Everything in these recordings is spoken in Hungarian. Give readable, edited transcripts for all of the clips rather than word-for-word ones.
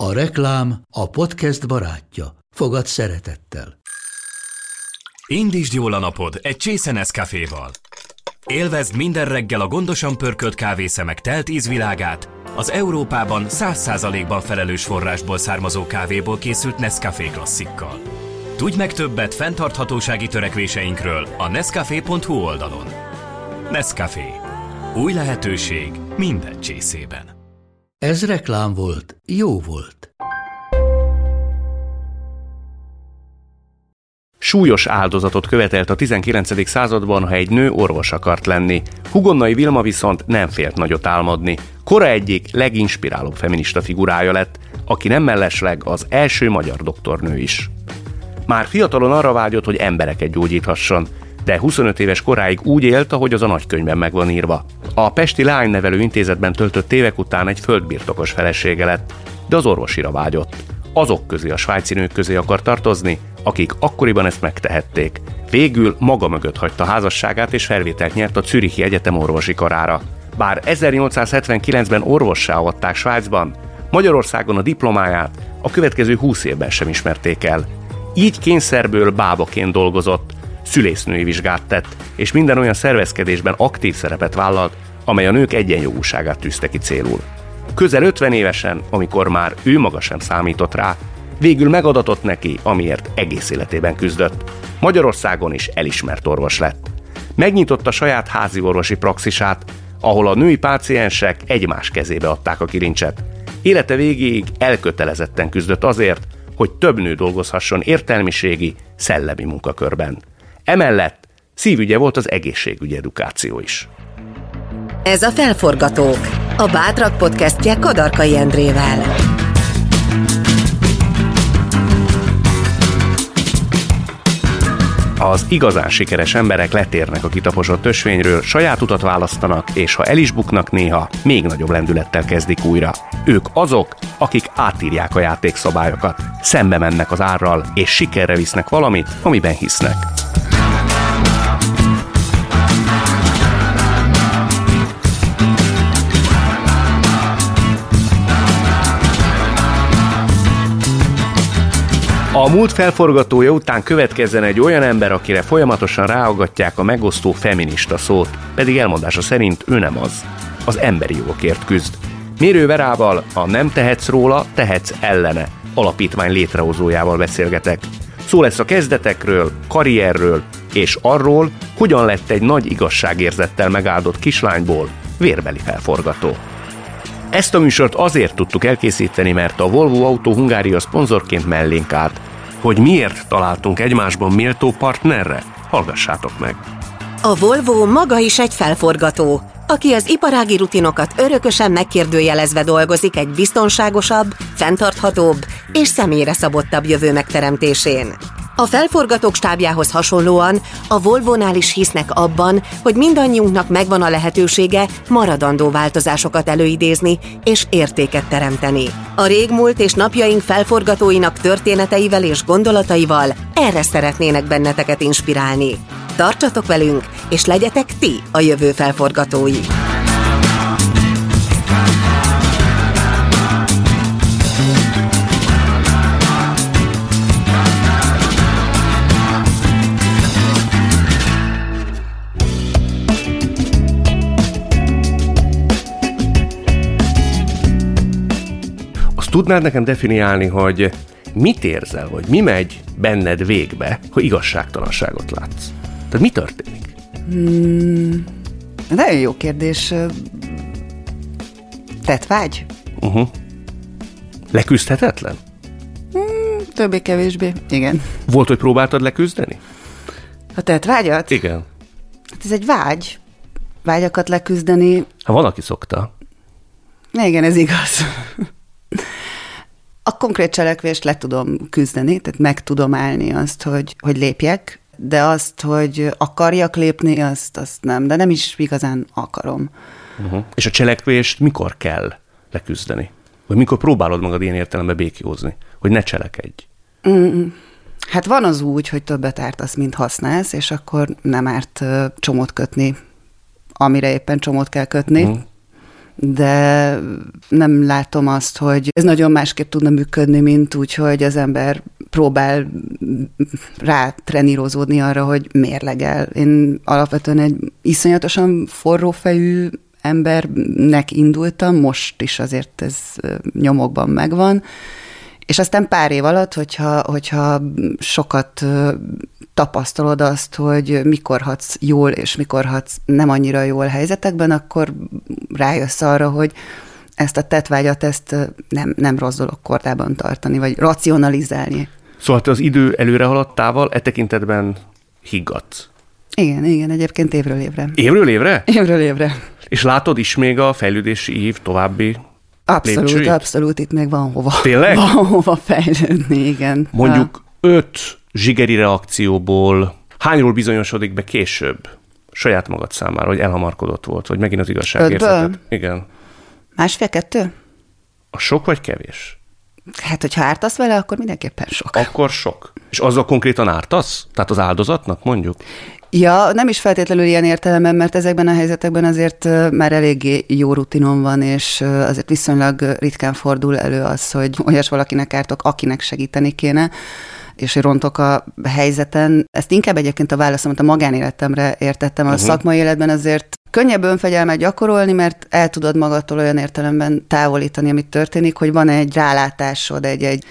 A reklám a podcast barátja. Fogad szeretettel. Indítsd jól a napod egy csésze Nescaféval. Élvezd minden reggel a gondosan pörkölt kávészemek telt ízvilágát, az Európában 100%-ban felelős forrásból származó kávéból készült Nescafé klasszikkal. Tudj meg többet fenntarthatósági törekvéseinkről a nescafé.hu oldalon. Nescafé. Új lehetőség minden csészében. Ez reklám volt, jó volt. Súlyos áldozatot követelt a 19. században, ha egy nő orvos akart lenni. Hugonnai Vilma viszont nem félt nagyot álmodni. Kora egyik leginspirálóbb feminista figurája lett, aki nem mellesleg az első magyar doktornő is. Már fiatalon arra vágyott, hogy embereket gyógyíthasson, de 25 éves koráig úgy élt, ahogy az a nagykönyvben meg van írva. A pesti leánynevelő intézetben töltött évek után egy földbirtokos felesége lett, de az orvosira vágyott. Azok közé, a svájci nők közé akar tartozni, akik akkoriban ezt megtehették. Végül maga mögött hagyta házasságát és felvételt nyert a Zürichi Egyetem orvosi karára. Bár 1879-ben orvossá avatták Svájcban, Magyarországon a diplomáját a következő 20 évben sem ismerték el. Így kényszerből bábaként dolgozott, szülésznői vizsgát tett, és minden olyan szervezkedésben aktív szerepet vállalt, amely a nők egyenjogúságát tűzte ki célul. Közel 50 évesen, amikor már ő maga sem számított rá, végül megadatott neki, amiért egész életében küzdött. Magyarországon is elismert orvos lett. Megnyitotta saját házi orvosi praxisát, ahol a női páciensek egymás kezébe adták a kilincset. Élete végéig elkötelezetten küzdött azért, hogy több nő dolgozhasson értelmiségi, szellemi munkakörben. Emellett szívügye volt az egészségügyi edukáció is. Ez a Felforgatók, a Bátrak podcastje Kadarkai Endrével. Az igazán sikeres emberek letérnek a kitaposott ösvényről, saját utat választanak, és ha el is buknak néha, még nagyobb lendülettel kezdik újra. Ők azok, akik átírják a játékszabályokat, szembe mennek az árral, és sikerre visznek valamit, amiben hisznek. A múlt felforgatója után következzen egy olyan ember, akire folyamatosan ráaggatják a megosztó feminista szót, pedig elmondása szerint ő nem az. Az emberi jogokért küzd. Mérő Verával a Nem tehetsz róla, tehetsz ellene alapítvány létrehozójával beszélgetek. Szó lesz a kezdetekről, karrierről, és arról, hogyan lett egy nagy igazságérzettel megáldott kislányból vérbeli felforgató. Ezt a műsort azért tudtuk elkészíteni, mert a Volvo Autó Hungária szponzorként mellénk állt. Hogy miért találtunk egymásban méltó partnerre? Hallgassátok meg! A Volvo maga is egy felforgató, aki az iparági rutinokat örökösen megkérdőjelezve dolgozik egy biztonságosabb, fenntarthatóbb és személyre szabottabb jövő megteremtésén. A felforgatók stábjához hasonlóan a Volvónál is hisznek abban, hogy mindannyiunknak megvan a lehetősége maradandó változásokat előidézni és értéket teremteni. A régmúlt és napjaink felforgatóinak történeteivel és gondolataival erre szeretnének benneteket inspirálni. Tartsatok velünk, és legyetek ti a jövő felforgatói! Tudnád nekem definiálni, hogy mit érzel, vagy mi megy benned végbe, hogy igazságtalanságot látsz? Tehát mi történik? Nagyon jó kérdés. Tettvágy? Leküzdhetetlen? Többé-kevésbé, igen. Volt, hogy próbáltad leküzdeni? A tettvágyat? Igen. Hát ez egy vágy. Vágyakat leküzdeni. Hát van, aki szokta. Igen, ez igaz. A konkrét cselekvést le tudom küzdeni, tehát meg tudom állni azt, hogy lépjek, de azt, hogy akarjak lépni, azt nem, de nem is igazán akarom. És a cselekvést mikor kell leküzdeni? Vagy mikor próbálod magad ilyen értelemben békjózni, hogy ne cselekedj? Hát van az úgy, hogy többet ártasz, mint használsz, és akkor nem árt csomót kötni, amire éppen csomót kell kötni. de nem látom azt, hogy ez nagyon másképp tudna működni, mint úgy, hogy az ember próbál rá trenírozódni arra, hogy mérlegel. Én alapvetően egy iszonyatosan forrófejű embernek indultam, most is azért ez nyomokban megvan, és aztán pár év alatt, hogyha sokat tapasztalod azt, hogy mikor hatsz jól, és mikor hatsz nem annyira jól helyzetekben, akkor rájössz arra, hogy ezt a tettvágyat, ezt nem rossz dolog kordában tartani, vagy racionalizálni. Szóval te az idő előre haladtával e tekintetben higgadsz. Igen, egyébként évről évre. Évről évre? Évről évre. És látod is még a fejlődési év további lépcsőit? Abszolút, itt még van hova. Tényleg? Van hova fejlődni, igen. Mondjuk 5 zsigeri reakcióból hányról bizonyosodik be később saját magad számára, hogy elhamarkodott volt, vagy megint az igazságérzetet? Igen. 1,5-2? A sok vagy kevés? Hát, hogyha ártasz vele, akkor mindenképpen sok. Akkor sok. És azzal konkrétan ártasz? Tehát az áldozatnak mondjuk? Ja, nem is feltétlenül ilyen értelemben, mert ezekben a helyzetekben azért már eléggé jó rutinom van, és azért viszonylag ritkán fordul elő az, hogy olyas valakinek ártok, akinek segíteni kéne, és rontok a helyzeten. Ezt inkább egyébként a válaszomat a magánéletemre értettem. A szakmai életben azért könnyebb önfegyelmet gyakorolni, mert el tudod magadtól olyan értelemben távolítani, amit történik, hogy van egy rálátásod,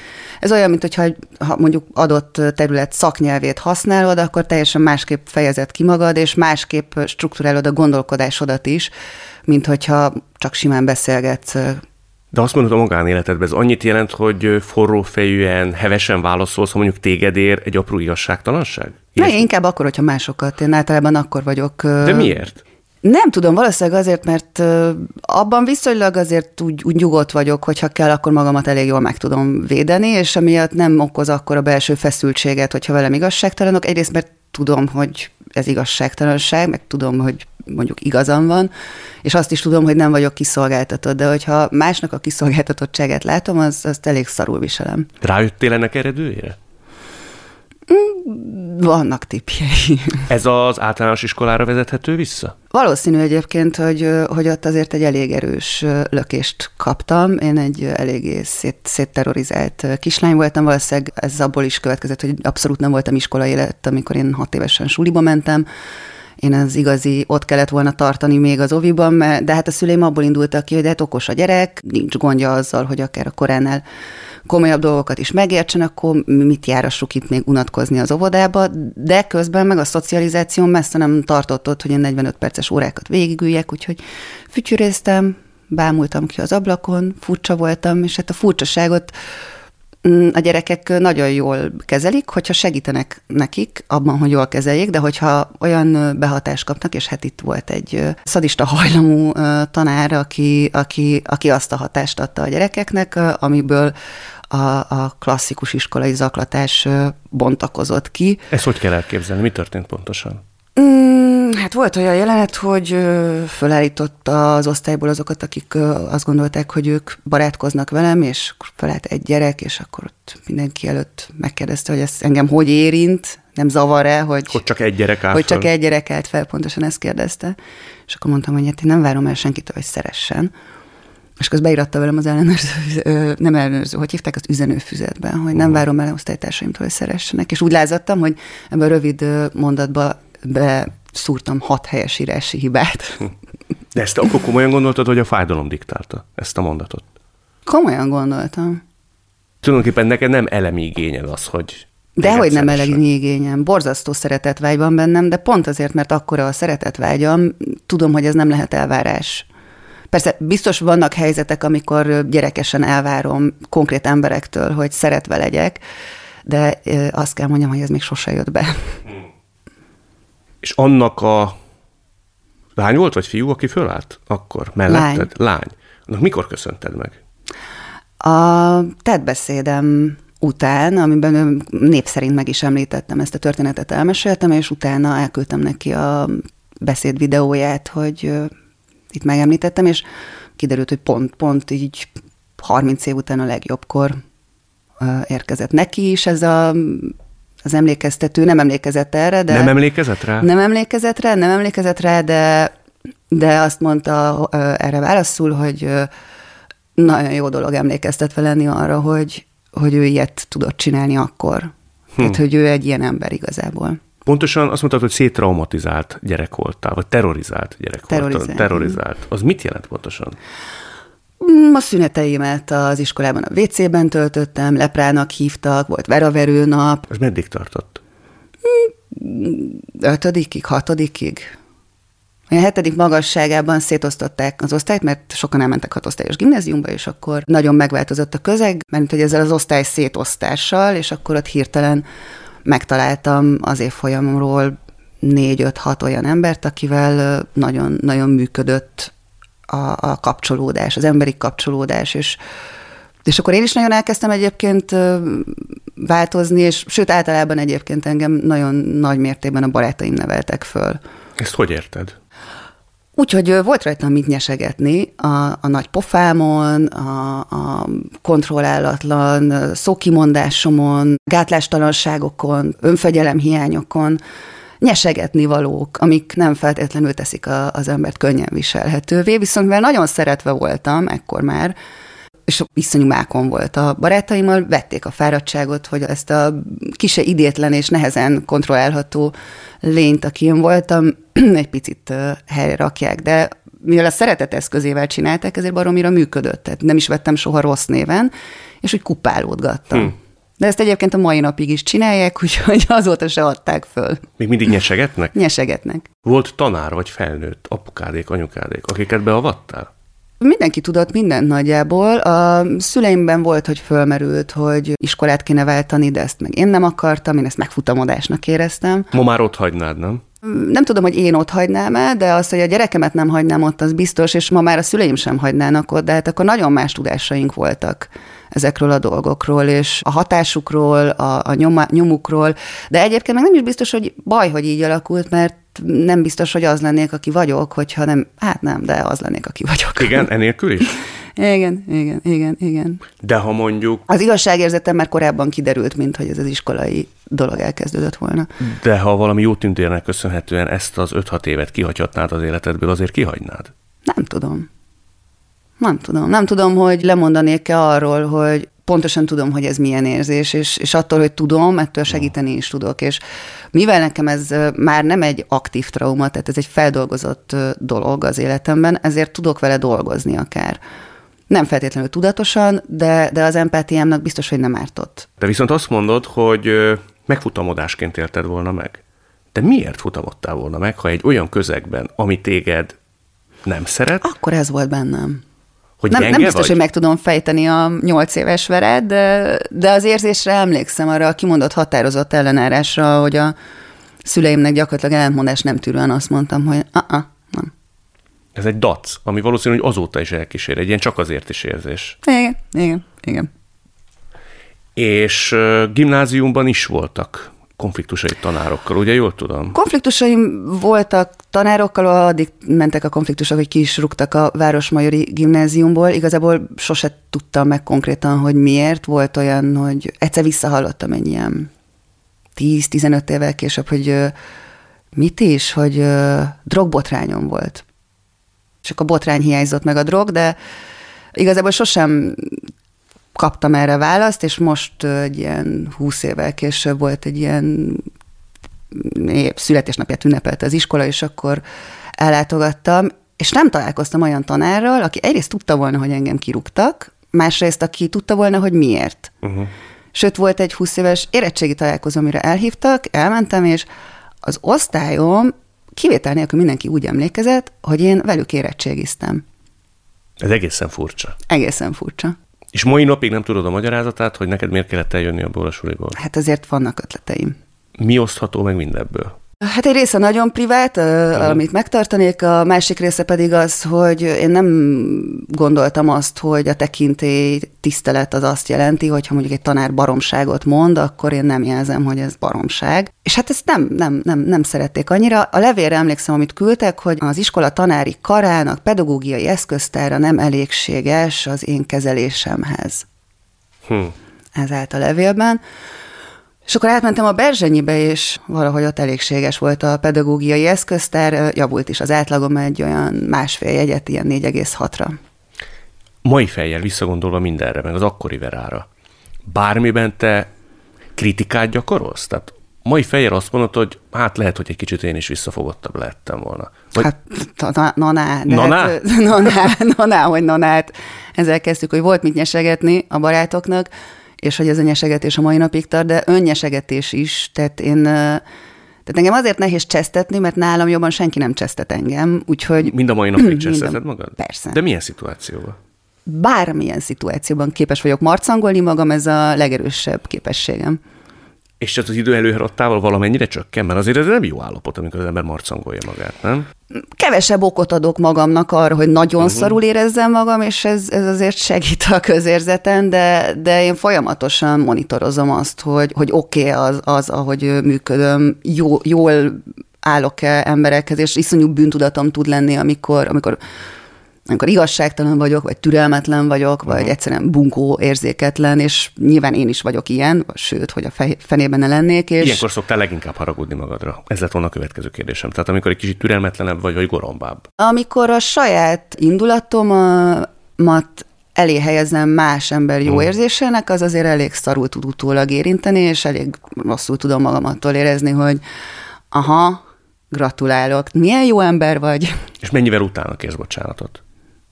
ez olyan, mint hogyha mondjuk adott terület szaknyelvét használod, akkor teljesen másképp fejezed ki magad, és másképp strukturálod a gondolkodásodat is, mint hogyha csak simán beszélgetsz. De azt mondod, a magánéletedben ez annyit jelent, hogy forrófejűen, hevesen válaszolsz, ha mondjuk téged ér egy apró igazságtalanság? Na, inkább akkor, hogyha másokat. Én általában akkor vagyok. De miért? Nem tudom, valószínűleg azért, mert abban viszonylag azért úgy nyugodt vagyok, hogyha kell, akkor magamat elég jól meg tudom védeni, és emiatt nem okoz akkor a belső feszültséget, hogyha velem igazságtalanok. Egyrészt, mert tudom, hogy ez igazságtalanság, meg tudom, hogy mondjuk igazam van, és azt is tudom, hogy nem vagyok kiszolgáltatott, de hogyha másnak a kiszolgáltatottságát látom, azt elég szarul viselem. Rájöttél ennek eredőjére? Vannak tippjei. Ez az általános iskolára vezethető vissza? Valószínű egyébként, hogy ott azért egy elég erős lökést kaptam. Én egy eléggé szétterrorizált kislány voltam, valószínűleg ez abból is következett, hogy abszolút nem voltam iskolai élet, amikor én 6 évesen suliba mentem. Én az igazi, ott kellett volna tartani még az oviban, de hát a szüleim abból indultak ki, hogy hát okos a gyerek, nincs gondja azzal, hogy akár a koránál komolyabb dolgokat is megértsen, akkor mit járassuk itt még unatkozni az óvodába, de közben meg a szocializáció messze nem tartott ott, hogy én 45 perces órákat végigüljek, úgyhogy fütyüréztem, bámultam ki az ablakon, furcsa voltam, és hát a furcsaságot a gyerekek nagyon jól kezelik, hogyha segítenek nekik abban, hogy jól kezeljék, de hogyha olyan behatást kapnak, és hát itt volt egy szadista hajlamú tanár, aki azt a hatást adta a gyerekeknek, amiből a klasszikus iskolai zaklatás bontakozott ki. Ezt hogy kell elképzelni? Mi történt pontosan? Hát volt olyan jelenet, hogy fölállította az osztályból azokat, akik azt gondolták, hogy ők barátkoznak velem, és felállt egy gyerek, és akkor ott mindenki előtt megkérdezte, hogy ez engem hogy érint, nem zavar-e, hogy csak egy gyerek állt hogy csak egy gyerek állt fel, pontosan ezt kérdezte. És akkor mondtam, hogy hát én nem várom el senkitől, hogy szeressen. És közben beíratta velem az nem ellenőrző, hogy hívták, az üzenőfüzetben, hogy nem várom el osztálytársaimtól, hogy szeressenek. És úgy lázadtam, hogy ebben a rövid mondatba beszúrtam 6 helyesírási hibát. De ezt akkor komolyan gondoltad, hogy a fájdalom diktálta ezt a mondatot? Komolyan gondoltam. Tulajdonképpen neked nem elemi igényed az, hogy... Dehogy nem elemi igényem. Borzasztó szeretetvágy van bennem, de pont azért, mert akkora a szeretetvágyam, tudom, hogy ez nem lehet elvárás. Persze biztos vannak helyzetek, amikor gyerekesen elvárom konkrét emberektől, hogy szeretve legyek, de azt kell mondjam, hogy ez még sose jött be. És annak a lány volt, vagy fiú, aki fölállt akkor melletted? Lány. Annak mikor köszönted meg? A tettbeszédem után, amiben név szerint meg is említettem, ezt a történetet elmeséltem, és utána elküldtem neki a beszéd videóját, hogy itt megemlítettem, és kiderült, hogy pont így 30 év után a legjobbkor érkezett neki is ez az emlékeztető, nem emlékezett erre, de... Nem emlékezett rá? Nem emlékezett rá, de de azt mondta erre válaszul, hogy nagyon jó dolog emlékeztetve lenni arra, hogy ő ilyet tudott csinálni akkor. Tehát, hogy ő egy ilyen ember igazából. Pontosan azt mondtad, hogy széttraumatizált gyerek voltál, vagy terrorizált gyerek voltál. Terrorizált. Az mit jelent pontosan? A szüneteimet az iskolában a WC-ben töltöttem, leprának hívtak, volt veraverő nap. Ez meddig tartott? 5-ig, 6-ig. A 7. magasságában szétosztották az osztályt, mert sokan elmentek 6 osztályos gimnáziumba, és akkor nagyon megváltozott a közeg, mert hogy ezzel az osztály szétosztással, és akkor ott hirtelen megtaláltam az évfolyamról 4-5-6 olyan embert, akivel nagyon, nagyon működött a kapcsolódás, az emberi kapcsolódás, és akkor én is nagyon elkezdtem egyébként változni, és sőt, általában egyébként engem nagyon nagy mértékben a barátaim neveltek föl. Ezt hogy érted? Úgyhogy volt rajtam mit nyesegetni a nagy pofámon, a kontrollálatlan szókimondásomon, gátlástalanságokon, önfegyelemhiányokon, nyesegetni valók, amik nem feltétlenül teszik az embert könnyen viselhetővé, viszont mivel nagyon szeretve voltam ekkor már, és iszonyú mákon volt a barátaimmal, vették a fáradtságot, hogy ezt a kise idétlen és nehezen kontrollálható lényt, aki én voltam, egy picit helyre rakják, de mivel a szeretet eszközével csinálták, ezért baromira működött, tehát nem is vettem soha rossz néven, és úgy kupálódgattam. De ezt egyébként a mai napig is csinálják, úgyhogy azóta se adták föl. Még mindig nyesegetnek? Nyesegetnek. Volt tanár vagy felnőtt, apukádék, anyukádék, akiket beavattál? Mindenki tudott mindent nagyjából. A szüleimben volt, hogy fölmerült, hogy iskolát kéne váltani, de ezt meg én nem akartam, én ezt megfutamodásnak éreztem. Ma már ott hagynád, nem? Nem tudom, hogy én ott hagynám-e, de az, hogy a gyerekemet nem hagynám ott, az biztos, és ma már a szüleim sem hagynának ott, de hát akkor nagyon más tudásaink voltak ezekről a dolgokról, és a hatásukról, a nyomukról, de egyébként meg nem is biztos, hogy baj, hogy így alakult, mert nem biztos, hogy az lennék, aki vagyok, hogyha nem, hát nem, de az lennék, aki vagyok. Igen, enélkül is? Igen. De ha mondjuk... Az igazságérzetem már korábban kiderült, mint hogy ez az iskolai dolog elkezdődött volna. De ha valami jó tündérnek köszönhetően ezt az 5-6 évet kihagyhatnád az életedből, azért kihagynád? Nem tudom, hogy lemondanék-e arról, hogy pontosan tudom, hogy ez milyen érzés, és attól, hogy tudom, ettől segíteni is tudok. És mivel nekem ez már nem egy aktív trauma, tehát ez egy feldolgozott dolog az életemben, ezért tudok vele dolgozni akár. Nem feltétlenül tudatosan, de az empátiámnak biztos, hogy nem ártott. De viszont azt mondod, hogy megfutamodásként élted volna meg. De miért futamodtál volna meg, ha egy olyan közegben, ami téged nem szeret? Akkor ez volt bennem. Hogy nem biztos, hogy meg tudom fejteni a 8 éves Verát, de az érzésre emlékszem, arra a kimondott határozott ellenállásra, hogy a szüleimnek gyakorlatilag ellentmondás nem tűrően azt mondtam, hogy nem. Ez egy dac, ami valószínű, hogy azóta is elkísér, egy ilyen csak azért is érzés. Igen. És gimnáziumban is voltak konfliktusai tanárokkal, ugye jól tudom? Konfliktusaim voltak tanárokkal, addig mentek a konfliktusok, hogy ki is rúgtak a Városmajori Gimnáziumból. Igazából sose tudtam meg konkrétan, hogy miért. Volt olyan, hogy egyszer visszahallottam egy ilyen 10-15 évvel később, hogy hogy drogbotrányom volt. Csak a botrány hiányzott meg a drog, de igazából sosem kaptam erre választ, és most egy ilyen 20 évvel később volt egy ilyen születésnapját ünnepelte az iskola, és akkor ellátogattam, és nem találkoztam olyan tanárral, aki egyrészt tudta volna, hogy engem kirúgtak, másrészt, aki tudta volna, hogy miért. Sőt, volt egy 20 éves érettségi találkozó, amire elhívtak, elmentem, és az osztályom kivétel nélkül mindenki úgy emlékezett, hogy én velük érettségiztem. Ez egészen furcsa. Egészen furcsa. És mai napig nem tudod a magyarázatát, hogy neked miért kellett eljönni abból a suliból? Hát azért vannak ötleteim. Mi osztható meg mindebből? Hát egy része nagyon privát, amit megtartanék, a másik része pedig az, hogy én nem gondoltam azt, hogy a tekintély tisztelet az azt jelenti, hogyha mondjuk egy tanár baromságot mond, akkor én nem jelzem, hogy ez baromság. És hát ezt nem szerették annyira. A levélre emlékszem, amit küldtek, hogy az iskola tanári karának pedagógiai eszköztára nem elégséges az én kezelésemhez. Ez állt a levélben. És akkor átmentem a Berzsenyibe, és valahogy ott elégséges volt a pedagógiai eszköztár, javult is az átlagom egy olyan 1,5 jegyet, ilyen 4,6-ra. Mai fejjel visszagondolva mindenre, meg az akkori Verára, bármiben te kritikát gyakorolsz? Tehát mai fejjel azt mondod, hogy hát lehet, hogy egy kicsit én is visszafogottabb lehettem volna. Vagy... Hát, hát ezzel kezdtük, hogy volt mit nyesegetni a barátoknak, és hogy ez a nyesegetés a mai napig tart, de önnyesegetés is, tehát engem azért nehéz csesztetni, mert nálam jobban senki nem csesztet engem, úgyhogy... Mind a mai napig cseszteted magad? Persze. De milyen szituációban? Bármilyen szituációban képes vagyok marcangolni magam, ez a legerősebb képességem. És az idő előhaladtával valamennyire csökken, mert azért ez nem jó állapot, amikor az ember marcangolja magát, nem? Kevesebb okot adok magamnak arra, hogy nagyon szarul érezzem magam, és ez azért segít a közérzeten, de én folyamatosan monitorozom azt, hogy oké, az, ahogy működöm, jól állok-e emberekhez, és iszonyú bűntudatom tud lenni, amikor igazságtalan vagyok, vagy türelmetlen vagyok, vagy egyszerűen bunkó, érzéketlen, és nyilván én is vagyok ilyen, sőt, hogy a fenében ne lennék. És... Ilyenkor szoktál leginkább haragudni magadra? Ez lett volna a következő kérdésem. Tehát amikor egy kicsit türelmetlenebb vagy gorombabb? Amikor a saját indulatomat elé helyezem más ember jó érzésének, az azért elég szarul tud utólag érinteni, és elég rosszul tudom magam attól érezni, hogy aha, gratulálok, milyen jó ember vagy. És mennyivel utána kérsz bocsánatot?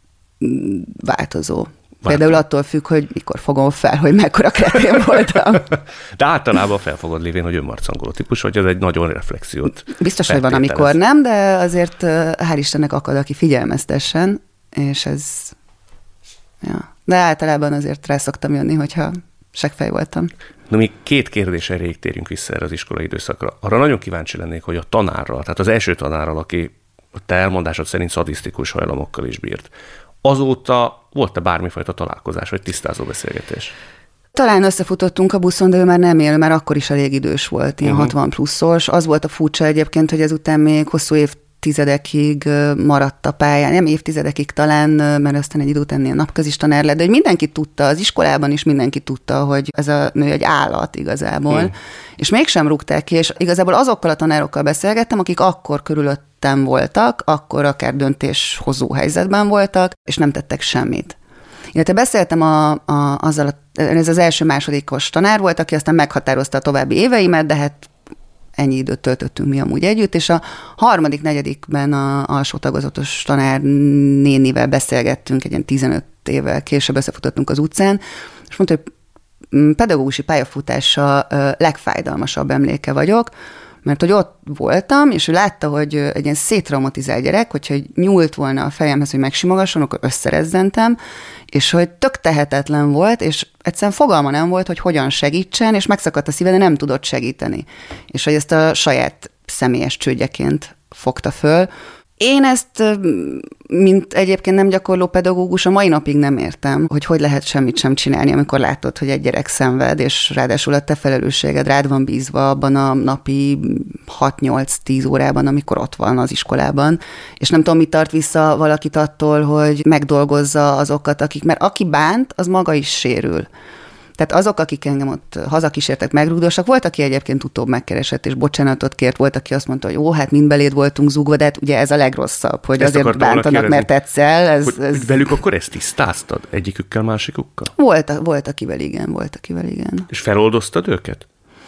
Változó. Például attól függ, hogy mikor fogom fel, hogy mekkora kretén voltam. De általában fel fogod lévén, hogy önmarcangoló típus, vagy ez egy nagyon reflexiót. Biztos, hogy van, amikor nem, de azért hál' Istennek akad, aki figyelmeztessen, és ez... Ja. De általában azért rá szoktam jönni, hogyha seggfej voltam. Na, még 2 kérdés erejéig térjünk vissza erre az iskolai időszakra. Arra nagyon kíváncsi lennék, hogy a tanárral, tehát az első tanárral, aki a te elmondásod szerint szadisztikus hajlamokkal is bírt, azóta volt-e bármifajta találkozás, vagy tisztázó beszélgetés? Talán összefutottunk a buszon, de ő már nem él, mert akkor is elég idős volt, ilyen 60 pluszos. Az volt a furcsa egyébként, hogy ezután még hosszú évtizedekig maradt a pályán, nem évtizedekig talán, mert aztán egy idő után ilyen napközis tanár lett, de hogy mindenki tudta, az iskolában is mindenki tudta, hogy ez a nő egy állat igazából, és mégsem rúgták ki, és igazából azokkal a tanárokkal beszélgettem, akik akkor körülöttem voltak, akkor akár döntéshozó helyzetben voltak, és nem tettek semmit. Illetve beszéltem ez az első-másodikos tanár volt, aki aztán meghatározta a további éveimet, de hát ennyi időt töltöttünk mi amúgy együtt, és a harmadik, negyedikben a alsó tagozatos tanár nénivel beszélgettünk, egy ilyen 15 évvel később összefutottunk az utcán, és mondta, hogy pedagógusi pályafutása legfájdalmasabb emléke vagyok, mert hogy ott voltam, és ő látta, hogy egy ilyen szétraumatizált gyerek, hogyha nyúlt volna a fejemhez, hogy megsimogasson, akkor összerezzentem, és hogy tök tehetetlen volt, és egyszerűen fogalma nem volt, hogy hogyan segítsen, és megszakadt a szíve, de nem tudott segíteni. És hogy ezt a saját személyes csődjeként fogta föl. Én ezt, mint egyébként nem gyakorló pedagógus, a mai napig nem értem, hogy lehet semmit sem csinálni, amikor látod, hogy egy gyerek szenved, és ráadásul a te felelősséged rád van bízva abban a napi 6-8-10 órában, amikor ott van az iskolában. És nem tudom, mi tart vissza valakit attól, hogy megdolgozza azokat, mert aki bánt, az maga is sérül. Tehát azok, akik engem ott hazakísértek, megrúgdossak, volt, aki egyébként utóbb megkeresett, és bocsánatot kért, volt, aki azt mondta, hogy jó, hát mind beléd voltunk zúgva, de hát ugye ez a legrosszabb, hogy ezt azért bántanak, mert tetszel. Ez... Velük akkor ezt tisztáztad? Egyikükkel, másikukkal? Volt, akivel igen. És feloldoztad őket?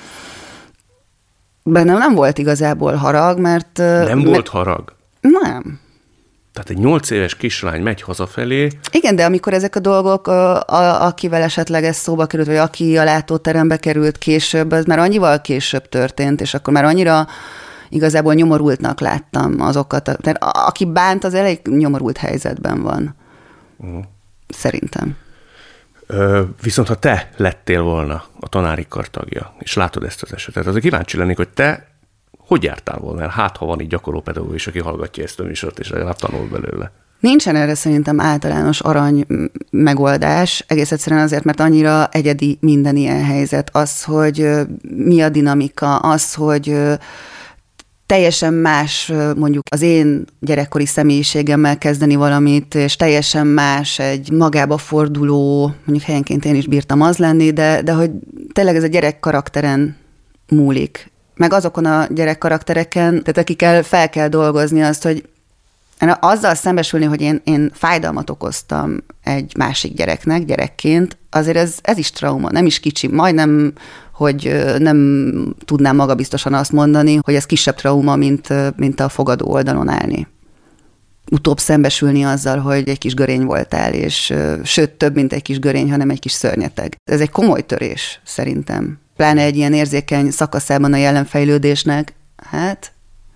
Bennem nem volt igazából harag, mert... Nem volt harag? Nem. Tehát egy 8 éves kislány megy hazafelé. Igen, de amikor ezek a dolgok, akivel esetleg ez szóba került, vagy aki a látóterembe került később, az már annyival később történt, és akkor már annyira igazából nyomorultnak láttam azokat. Tehát aki bánt, az elég nyomorult helyzetben van. Szerintem. Viszont ha te lettél volna a tanári kar tagja, és látod ezt az esetet, azért kíváncsi lennék, hogy te hogy jártál volna? Mert hát, ha van így gyakorló pedagógus, aki hallgatja ezt a műsort, és legalább tanul belőle. Nincsen erre szerintem általános arany megoldás, egész egyszerűen azért, mert annyira egyedi minden ilyen helyzet. Az, hogy mi a dinamika, az, hogy teljesen más mondjuk az én gyerekkori személyiségemmel kezdeni valamit, és teljesen más egy magába forduló, mondjuk helyenként én is bírtam az lenni, de hogy tényleg ez a gyerek karakteren múlik. Meg azokon a gyerekkaraktereken, tehát akikkel fel kell dolgozni azt, hogy azzal szembesülni, hogy én fájdalmat okoztam egy másik gyereknek, gyerekként, azért ez is trauma, nem is kicsi, majdnem, hogy nem tudnám magabiztosan azt mondani, hogy ez kisebb trauma, mint a fogadó oldalon állni. Utóbb szembesülni azzal, hogy egy kis görény voltál, és sőt, több, mint egy kis görény, hanem egy kis szörnyeteg. Ez egy komoly törés, szerintem. Pláne egy ilyen érzékeny szakaszában a jelenfejlődésnek, hát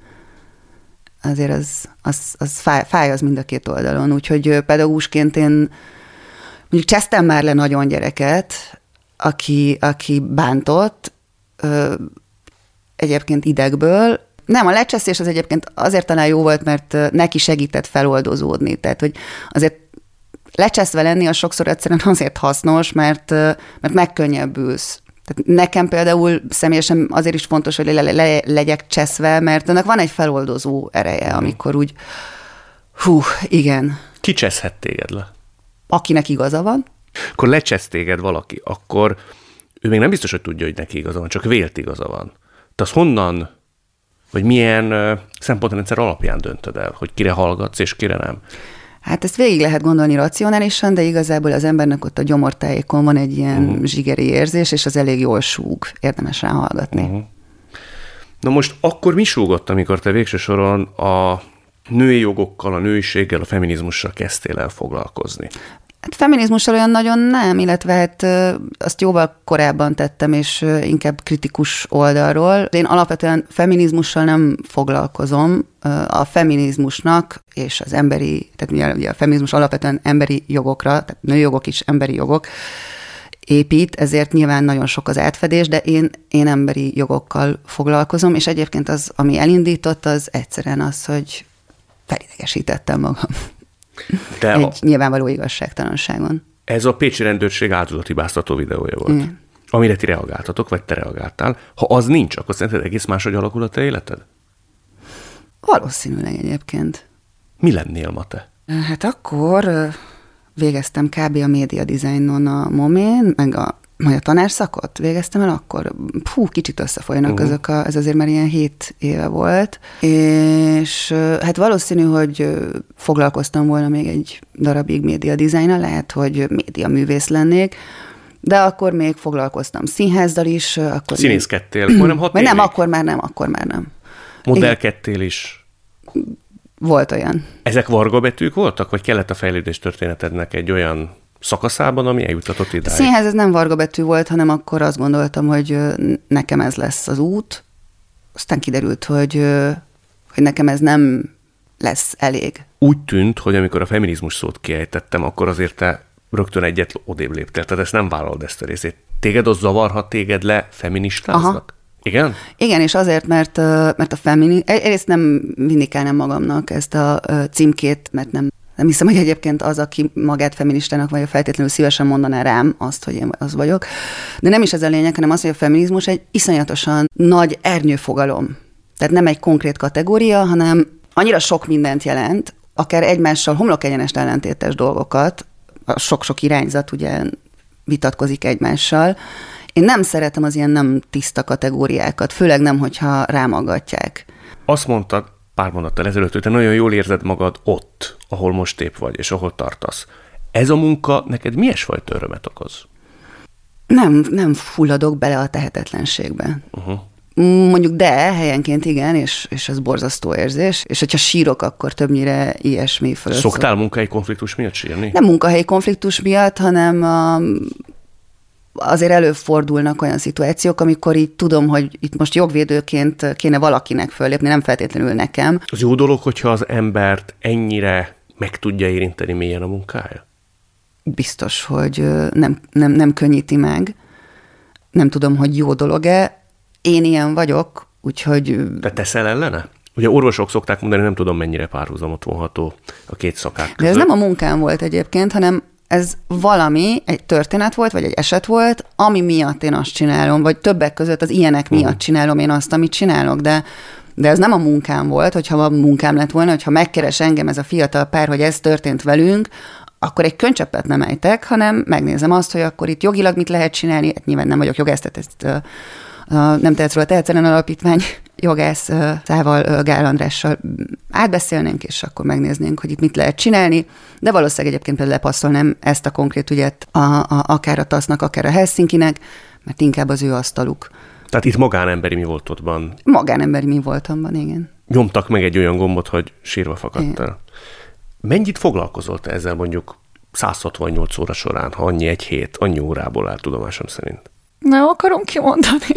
azért az fáj az mind a két oldalon. Úgyhogy pedagógusként én mondjuk csesztem már le nagyon gyereket, aki bántott, egyébként idegből. Nem, a lecseszés az egyébként azért talán jó volt, mert neki segített feloldozódni. Tehát, hogy azért lecseszve lenni az sokszor egyszerűen azért hasznos, mert megkönnyebbülsz. Tehát nekem például személyesen azért is fontos, hogy legyek cseszve, mert ennek van egy feloldozó ereje, amikor úgy, igen. Ki cseszhet téged le? Akinek igaza van. Akkor lecsesz téged valaki, akkor ő még nem biztos, hogy tudja, hogy neki igaza van, csak vélt igaza van. Te az honnan, vagy milyen szempontrendszer alapján döntöd el, hogy kire hallgatsz és kire nem? Hát ezt végig lehet gondolni racionálisan, de igazából az embernek ott a gyomortájékon van egy ilyen zsigeri érzés, és az elég jól súg, érdemes rá hallgatni. Na most akkor mi súgott, amikor te végső soron a női jogokkal, a nőiséggel, a feminizmussal kezdtél el foglalkozni? Hát feminizmussal olyan nagyon nem, illetve hát azt jóval korábban tettem, és inkább kritikus oldalról. Én alapvetően feminizmussal nem foglalkozom. A feminizmusnak és az emberi, tehát ugye a feminizmus alapvetően emberi jogokra, tehát nőjogok is emberi jogok épít, ezért nyilván nagyon sok az átfedés, de én emberi jogokkal foglalkozom, és egyébként az, ami elindított, az egyszerűen az, hogy felidegesítettem magam. Egy nyilvánvaló igazságtalanságon. Ez a pécsi rendőrség áldozathibáztató videója volt, amire ti reagáltatok, vagy te reagáltál. Ha az nincs, akkor szerinted egész máshogy alakul a te életed? Valószínűleg egyébként. Mi lennél ma te? Hát akkor végeztem kb. A média designon a MOMén, meg majd a tanárszakot végeztem el, akkor kicsit összefolynak ez azért már ilyen 7 éve volt, és hát valószínű, hogy foglalkoztam volna még egy darabig média designnal, lehet, hogy média művész lennék, de akkor még foglalkoztam színházzal is. Színészkedtél, akkor nem 6 évig? Nem, akkor már nem. Modellkedtél is? Volt olyan. Ezek varga betűk voltak, vagy kellett a fejlődés történetednek egy olyan szakaszában, ami eljutatott idáig? A színház ez nem varga betű volt, hanem akkor azt gondoltam, hogy nekem ez lesz az út. Aztán kiderült, hogy nekem ez nem lesz elég. Úgy tűnt, hogy amikor a feminizmus szót kiejtettem, akkor azért te rögtön egyet odébb léptél. Tehát ezt nem vállalod, ezt a részét. Téged az zavarhat téged le feministáznak? Aha. Igen? Igen, és azért, mert a egyrészt nem vindikálnám magamnak ezt a címkét, mert nem hiszem, hogy egyébként az, aki magát feministának vagy, feltétlenül szívesen mondaná rám azt, hogy én az vagyok. De nem is ez a lényeg, hanem az, hogy a feminizmus egy iszonyatosan nagy ernyőfogalom. Tehát nem egy konkrét kategória, hanem annyira sok mindent jelent, akár egymással homlokegyenest ellentétes dolgokat, a sok-sok irányzat ugye vitatkozik egymással. Én nem szeretem az ilyen nem tiszta kategóriákat, főleg nem, hogyha rámagatják. Azt mondtad pár mondattal ezelőtt, hogy te nagyon jól érzed magad ott, ahol most épp vagy, és ahol tartasz. Ez a munka neked milyesfajta örömet okoz? Nem fulladok bele a tehetetlenségbe. Mondjuk de, helyenként igen, és ez borzasztó érzés, és hogyha sírok, akkor többnyire ilyesmi fölött. Szoktál munkahelyi konfliktus miatt sírni? Nem munkahelyi konfliktus miatt, hanem azért előfordulnak olyan szituációk, amikor így tudom, hogy itt most jogvédőként kéne valakinek föllépni, nem feltétlenül nekem. Az jó dolog, hogyha az embert ennyire meg tudja érinteni mélyen a munkája? Biztos, hogy nem könnyíti meg. Nem tudom, hogy jó dolog-e. Én ilyen vagyok, úgyhogy... Te teszel ellene? Ugye orvosok szokták mondani, nem tudom, mennyire párhuzamot vonható a két szakák között. De ez nem a munkám volt egyébként, hanem ez valami, egy történet volt, vagy egy eset volt, ami miatt én azt csinálom, vagy többek között az ilyenek miatt csinálom én azt, amit csinálok, de ez nem a munkám volt, hogyha a munkám lett volna, hogyha megkeres engem ez a fiatal pár, hogy ez történt velünk, akkor egy könycseppet nem ejtek, hanem megnézem azt, hogy akkor itt jogilag mit lehet csinálni, hát nyilván nem vagyok jogász, tehát ezt a Nem tehetsz róla tehetetlen alapítvány jogászával, Gál Andrással átbeszélnénk, és akkor megnéznénk, hogy itt mit lehet csinálni, de valószínűleg egyébként például lepasszolnám ezt a konkrét ügyet akár a TASZ-nak, akár a Helsinkinek, mert inkább az ő asztaluk. Tehát itt magánemberi mi voltodban? Magánemberi mi voltamban, igen. Nyomtak meg egy olyan gombot, hogy sírva fakadtál. Mennyit foglalkozol te ezzel mondjuk 168 óra során, ha annyi egy hét, annyi órából áll tudomásom szerint? Nem akarom kimondani.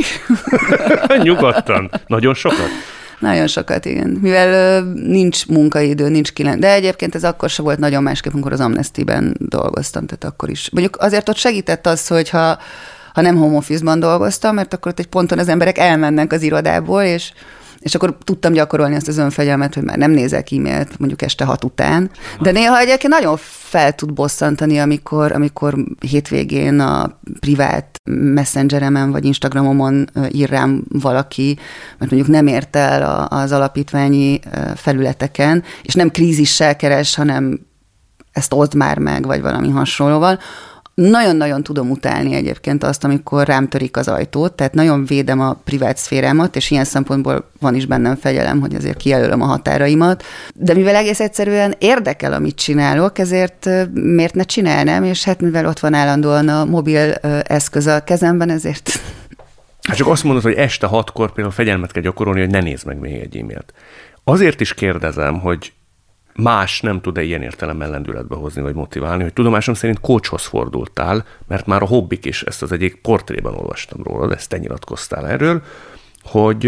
Nyugodtan. Nagyon sokat? Nagyon sokat, igen. Mivel nincs munkaidő, nincs de egyébként ez akkor se volt nagyon másképp, amikor az Amnesty-ben dolgoztam, tehát akkor is. Mondjuk azért ott segített az, hogy ha nem home office-ban dolgoztam, mert akkor ott egy ponton az emberek elmennek az irodából, és akkor tudtam gyakorolni azt az önfegyelmet, hogy már nem nézek e-mailt mondjuk este 6 után. De néha egyébként nagyon fel tud bosszantani, amikor hétvégén a privát messengeremen vagy Instagramomon ír rám valaki, mert mondjuk nem ért el az alapítványi felületeken, és nem krízissel keres, hanem ezt old már meg, vagy valami hasonlóval. Nagyon-nagyon tudom utálni egyébként azt, amikor rám törik az ajtót, tehát nagyon védem a privát szférámat, és ilyen szempontból van is bennem fegyelem, hogy azért kijelölöm a határaimat. De mivel egész egyszerűen érdekel, amit csinálok, ezért miért ne csinálnám, és hát mivel ott van állandóan a mobil eszköz a kezemben, ezért... Hát csak azt mondod, hogy este 6-kor például fegyelmet kell gyakorolni, hogy ne nézd meg még egy e-mailt. Azért is kérdezem, hogy más nem tud-e ilyen értelemben lendületbe hozni, vagy motiválni, hogy tudomásom szerint coachhoz fordultál, mert már a Hobbik is, ezt az egyik portrében olvastam róla, ezt te nyilatkoztál erről, hogy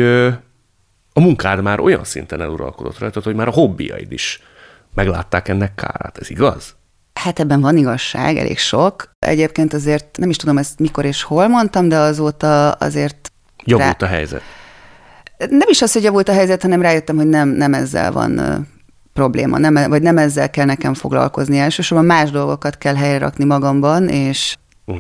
a munkád már olyan szinten eluralkodott rajtad, hogy már a hobbiaid is meglátták ennek kárát. Ez igaz? Hát ebben van igazság, elég sok. Egyébként azért nem is tudom ezt mikor és hol mondtam, de azóta azért... Javult a helyzet. Nem is az, hogy javult a helyzet, hanem rájöttem, hogy nem ezzel van probléma, vagy nem ezzel kell nekem foglalkozni. Elsősorban más dolgokat kell helyre rakni magamban, és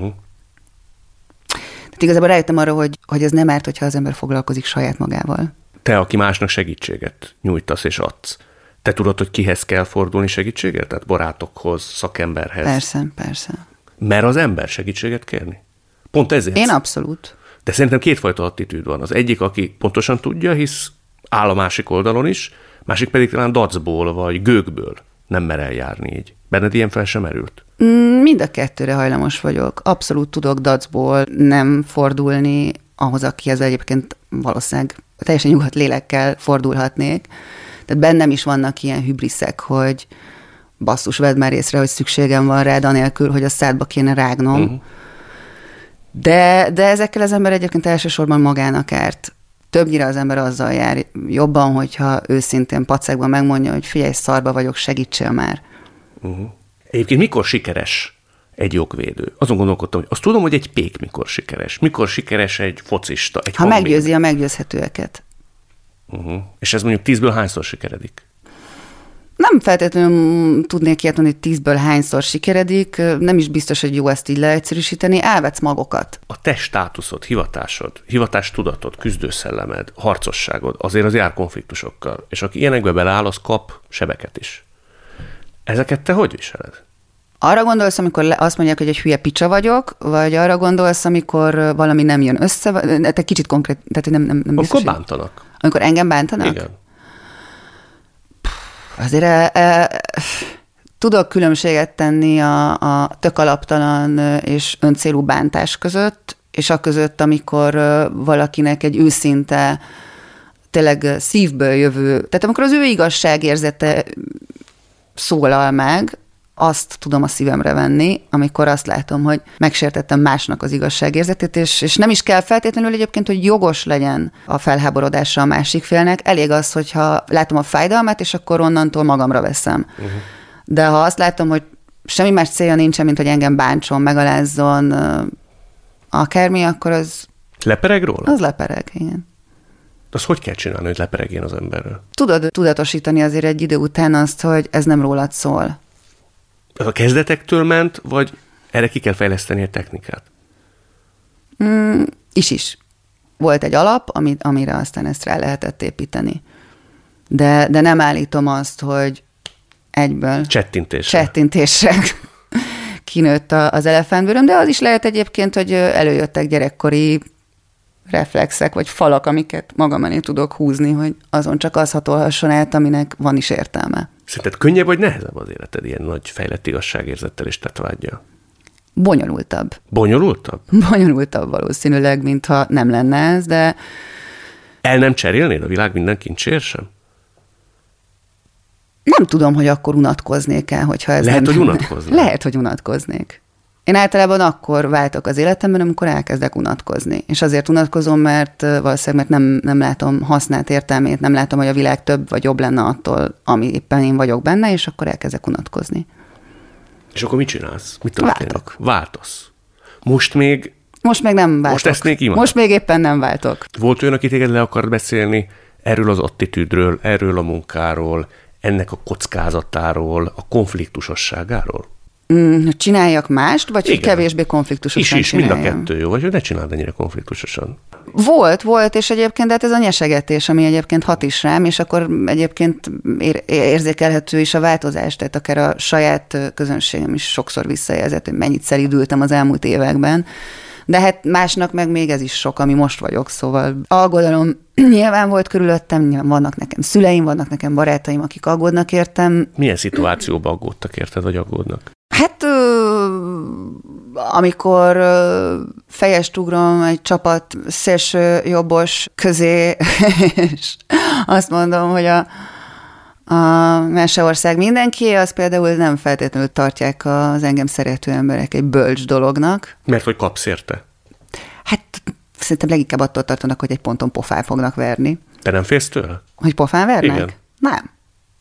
tehát igazából rájöttem arra, hogy ez nem árt, hogyha az ember foglalkozik saját magával. Te, aki másnak segítséget nyújtasz és adsz, te tudod, hogy kihez kell fordulni segítséget? Tehát barátokhoz, szakemberhez? Persze. Mer az ember segítséget kérni? Pont ezért? Én abszolút. De szerintem kétfajta attitűd van. Az egyik, aki pontosan tudja, hisz áll a másik oldalon is, másik pedig talán dacból vagy gőgből nem mer eljárni így. Benned ilyen fel sem merült? Mind a kettőre hajlamos vagyok. Abszolút tudok dacból nem fordulni ahhoz, akihez egyébként valószínűleg teljesen nyugodt lélekkel fordulhatnék. Tehát bennem is vannak ilyen hübriszek, hogy basszus, vedd már észre, hogy szükségem van rád, anélkül, hogy a szádba kéne rágnom. De ezekkel az ember egyébként elsősorban magának árt. Többnyire az ember azzal jár jobban, hogyha őszintén pacekban megmondja, hogy figyelj, szarba vagyok, segítsél már. Egyébként mikor sikeres egy jogvédő? Azon gondolkodtam, hogy azt tudom, hogy egy pék mikor sikeres. Mikor sikeres egy focista, egy ha meggyőzi a meggyőzhetőeket. És ez mondjuk 10-ből hányszor sikeredik? Nem feltétlenül tudnék ilyet mondani, hogy 10-ből hányszor sikeredik, nem is biztos, hogy jó ezt így leegyszerűsíteni, elvetsz magokat. A te státuszod, hivatásod, hivatástudatod, küzdőszellemed, harcosságod azért az jár konfliktusokkal, és aki ilyenekbe beleáll, az kap sebeket is. Ezeket te hogy viseled? Arra gondolsz, amikor azt mondják, hogy egy hülye picsa vagyok, vagy arra gondolsz, amikor valami nem jön össze, te kicsit konkrét, tehát nem biztos. Amikor bántanak. Amikor engem bántanak? Igen. Azért tudok különbséget tenni a tök alaptalan és öncélú bántás között, és a között, amikor valakinek egy őszinte, tényleg szívből jövő, tehát amikor az ő igazságérzete szólal meg, azt tudom a szívemre venni, amikor azt látom, hogy megsértettem másnak az igazságérzetét, és nem is kell feltétlenül egyébként, hogy jogos legyen a felháborodása a másik félnek. Elég az, hogyha látom a fájdalmat, és akkor onnantól magamra veszem. De ha azt látom, hogy semmi más célja nincsen, mint hogy engem bántson, megalázzon, akármi, akkor az... Lepereg róla? Az lepereg, igen. Azt hogy kell csinálni, hogy leperegjén az emberről? Tudod tudatosítani azért egy idő után azt, hogy ez nem rólad szól. A kezdetektől ment, vagy erre ki kell fejleszteni egy technikát? Is. Volt egy alap, amire aztán ezt rá lehetett építeni. De nem állítom azt, hogy egyből csettintésre kinőtt az elefántbőröm, de az is lehet egyébként, hogy előjöttek gyerekkori reflexek, vagy falak, amiket magam elé tudok húzni, hogy azon csak az hatolhasson át, aminek van is értelme. Szerinted könnyebb vagy nehezebb az életed ilyen nagy fejlett igazságérzettel és tetvággyal? Bonyolultabb. Bonyolultabb? Bonyolultabb valószínűleg, mintha nem lenne ez, de... El nem cserélnéd a világ minden kincsért sem? Nem tudom, hogy akkor unatkoznék el, hogyha ez Lehet, nem... hogy unatkoznék. Lehet, hogy unatkoznék. Én általában akkor váltok az életemben, amikor elkezdek unatkozni. És azért unatkozom, mert valószínűleg nem látom hasznát, értelmét, nem látom, hogy a világ több vagy jobb lenne attól, ami éppen én vagyok benne, és akkor elkezdek unatkozni. És akkor mit csinálsz? Mit történik? Váltok. Változ. Most még nem váltok. Most ezt még imádod? Most még éppen nem váltok. Volt olyan, aki téged le akart beszélni erről az attitűdről, erről a munkáról, ennek a kockázatáról, a konfliktusosságáról? Hogy csináljak mást, vagy hogy kevésbé konfliktusosan is, mind csináljam? a kettő jó, vagy hogy ne csináld ennyire konfliktusosan. Volt, és egyébként de hát ez a nyesegetés, ami egyébként hat is rám, és akkor egyébként érzékelhető is a változás, tehát akár a saját közönségem is sokszor visszajelzett, hogy mennyit szelídültem az elmúlt években, de hát másnak meg még ez is sok, ami most vagyok, szóval aggodalom nyilván volt körülöttem, nyilván vannak nekem szüleim, vannak nekem barátaim, akik aggódnak értem. Milyen szituációban aggódtak érted, vagy aggódnak? Hát amikor fejest ugrom egy csapat szélső jobbos közé, és azt mondom, hogy a Meseország mindenki, az például nem feltétlenül tartják az engem szerető emberek egy bölcs dolognak. Mert hogy kapsz érte? Hát szerintem leginkább attól tartanak, hogy egy ponton pofán fognak verni. Te nem félsz tőle? Hogy pofán vernek? Igen. Nem.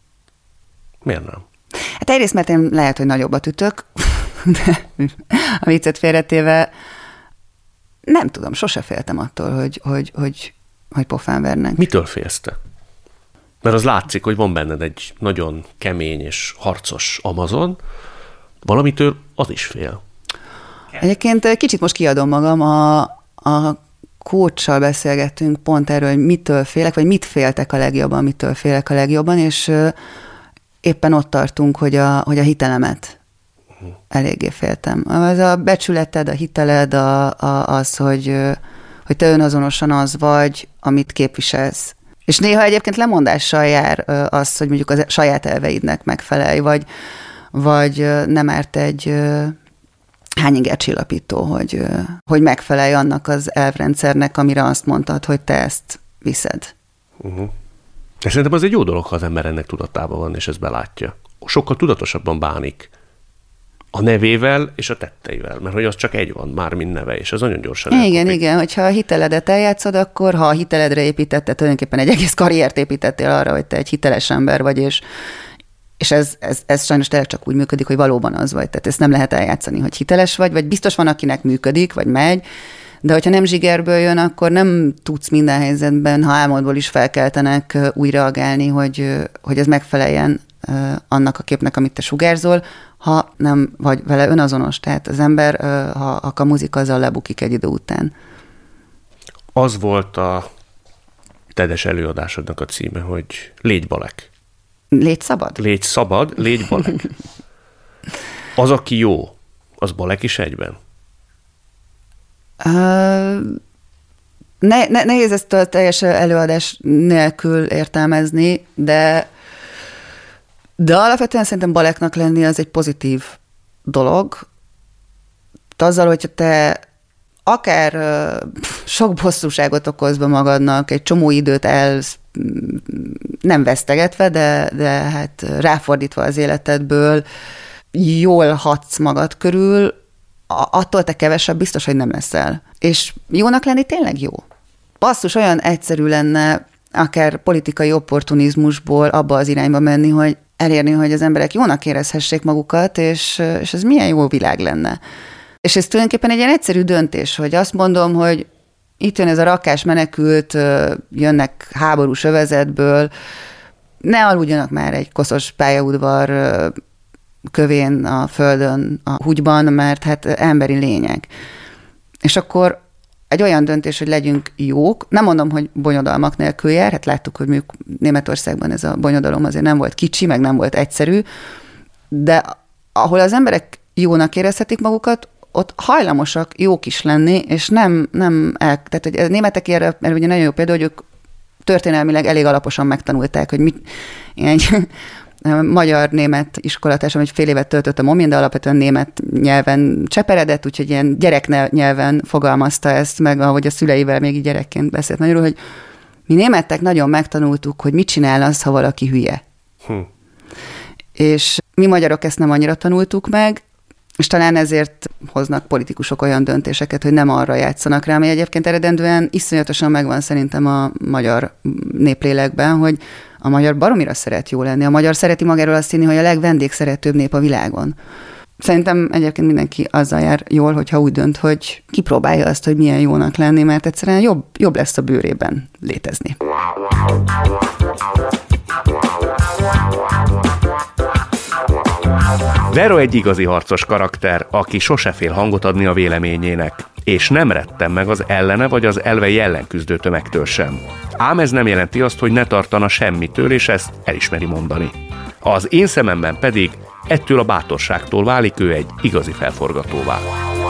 Miért nem? Hát egyrészt, mert én lehet, hogy nagyobbat ütök, de a viccet félretéve nem tudom, sose féltem attól, hogy pofán vernek. Mitől félsz te? Mert az látszik, hogy van benned egy nagyon kemény és harcos Amazon, valamitől az is fél. Egyébként kicsit most kiadom magam, a coachsal beszélgettünk pont erről, hogy mitől félek, vagy mit féltek a legjobban, mitől félek a legjobban, és éppen ott tartunk, hogy a hitelemet eléggé féltem. Az a becsületed, a hiteled, az, hogy te önazonosan az vagy, amit képviselsz. És néha egyébként lemondással jár az, hogy mondjuk a saját elveidnek megfelelj, vagy nem árt egy hányingercsillapító, hogy megfelelj annak az elvrendszernek, amire azt mondtad, hogy te ezt viszed. És szerintem az egy jó dolog, ha az ember ennek tudatában van, és ezt belátja. Sokkal tudatosabban bánik a nevével és a tetteivel, mert hogy az csak egy van, már mint neve, és az nagyon gyorsan elkopik. Igen, hogyha a hiteledet eljátszod, akkor ha a hiteledre építetted, tulajdonképpen egy egész karriert építettél arra, hogy te egy hiteles ember vagy, és ez sajnos tényleg csak úgy működik, hogy valóban az vagy. Tehát ezt nem lehet eljátszani, hogy hiteles vagy biztos van, akinek működik, vagy megy, de hogyha nem zsigerből jön, akkor nem tudsz minden helyzetben, ha álmodból is felkeltenek, úgy reagálni, hogy ez megfeleljen annak a képnek, amit te sugárzol, ha nem vagy vele önazonos. Tehát az ember, ha kamuzik, azzal lebukik egy idő után. Az volt a TED-es előadásodnak a címe, hogy Légy Balek. Légy szabad? Légy szabad, légy Balek. Az, aki jó, az Balek is egyben? Nehéz ezt a teljes előadás nélkül értelmezni, de alapvetően szerintem Baleknak lenni az egy pozitív dolog. Azzal, hogyha te akár sok bosszúságot okozva magadnak, egy csomó időt nem vesztegetve, de hát ráfordítva az életedből, jól hatsz magad körül, attól te kevesebb biztos, hogy nem leszel. És jónak lenni tényleg jó. Basszus, olyan egyszerű lenne akár politikai opportunizmusból abba az irányba menni, hogy elérni, hogy az emberek jónak érezhessék magukat, és ez milyen jó világ lenne. És ez tulajdonképpen egy ilyen egyszerű döntés, hogy azt mondom, hogy itt jön ez a rakás menekült, jönnek háborús övezetből, ne aludjanak már egy koszos pályaudvar kövén a földön, a húgyban, mert hát emberi lények. És akkor egy olyan döntés, hogy legyünk jók, nem mondom, hogy bonyodalmak nélkül jár, hát láttuk, hogy Németországban ez a bonyodalom azért nem volt kicsi, meg nem volt egyszerű, de ahol az emberek jónak érezhetik magukat, ott hajlamosak jók is lenni, és tehát hogy a németek erre, mert ugye nagyon jó példa, hogy ők történelmileg elég alaposan megtanulták, hogy magyar-német iskolatársam, egy fél évet töltöttem Omjén, de alapvetően német nyelven cseperedett, úgyhogy ilyen gyereknyelven fogalmazta ezt meg, ahogy a szüleivel még így gyerekként beszélt magyarul, hogy mi németek nagyon megtanultuk, hogy mit csinál az, ha valaki hülye. És mi magyarok ezt nem annyira tanultuk meg, és talán ezért hoznak politikusok olyan döntéseket, hogy nem arra játszanak rá, ami egyébként eredendően iszonyatosan megvan szerintem a magyar néplélekben, hogy a magyar baromira szeret jó lenni. A magyar szereti magáról azt hinni, hogy a legvendégszeretőbb nép a világon. Szerintem egyébként mindenki azzal jár jól, hogyha úgy dönt, hogy kipróbálja azt, hogy milyen jónak lenni, mert egyszerűen jobb lesz a bőrében létezni. Vero egy igazi harcos karakter, aki sose fél hangot adni a véleményének, és nem retten meg az ellene vagy az elvei ellen küzdő tömegtől sem. Ám ez nem jelenti azt, hogy ne tartana semmitől, és ezt elismeri mondani. Az én szememben pedig ettől a bátorságtól válik ő egy igazi felforgatóvá.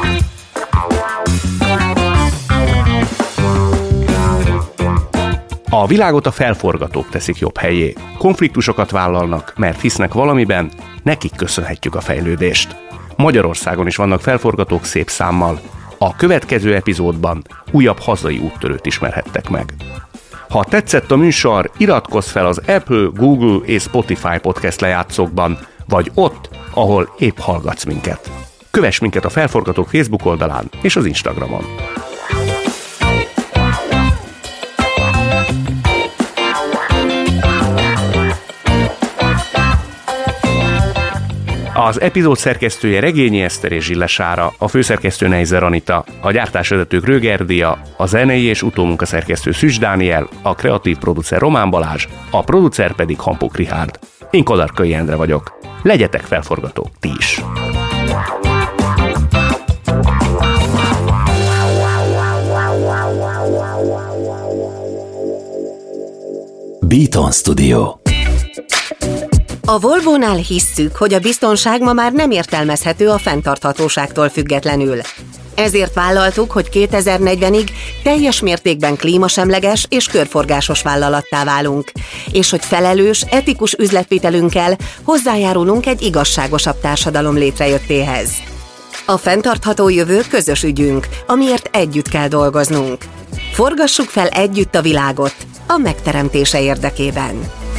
A világot a felforgatók teszik jobb helyé. Konfliktusokat vállalnak, mert hisznek valamiben, nekik köszönhetjük a fejlődést. Magyarországon is vannak felforgatók szép számmal. A következő epizódban újabb hazai úttörőt ismerhettek meg. Ha tetszett a műsor, iratkozz fel az Apple, Google és Spotify podcast lejátszókban, vagy ott, ahol épp hallgatsz minket. Kövess minket a Felforgatók Facebook oldalán és az Instagramon. Az epizód szerkesztője Regényi Eszter és Zsille Sára, a főszerkesztő Neizer Anita, a gyártásvezető Gröger Dia, a zenei és utómunkaszerkesztő Szűcs Dániel, a kreatív producer Román Balázs, a producer pedig Hampuk Richárd. Én Kadarkai Endre vagyok. Legyetek felforgatók ti is! Beaton Studio. A Volvónál hisszük, hogy a biztonság ma már nem értelmezhető a fenntarthatóságtól függetlenül. Ezért vállaltuk, hogy 2040-ig teljes mértékben klímasemleges és körforgásos vállalattá válunk, és hogy felelős, etikus üzletvitelünkkel hozzájárulunk egy igazságosabb társadalom létrejöttéhez. A fenntartható jövő közös ügyünk, amiért együtt kell dolgoznunk. Forgassuk fel együtt a világot a megteremtése érdekében.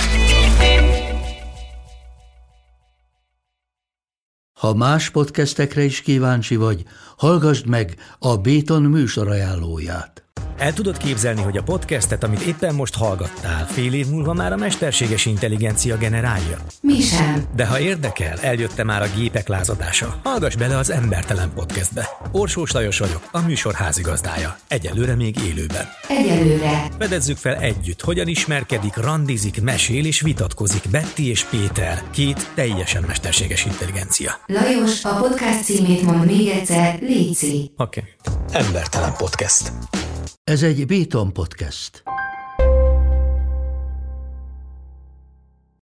Ha más podcastekre is kíváncsi vagy, hallgassd meg a Beaton műsorajánlóját. El tudod képzelni, hogy a podcastet, amit éppen most hallgattál, fél év múlva már a mesterséges intelligencia generálja? Mi sem. De ha érdekel, eljött már a gépek lázadása. Hallgass bele az Embertelen Podcastbe. Orsós Lajos vagyok, a műsor házigazdája. Egyelőre még élőben. Egyelőre. Fedezzük fel együtt, hogyan ismerkedik, randizik, mesél és vitatkozik Betty és Péter, két teljesen mesterséges intelligencia. Lajos, a podcast címét mond még egyszer, léci. Oké. Embertelen Podcast. Ez egy Beaton Podcast.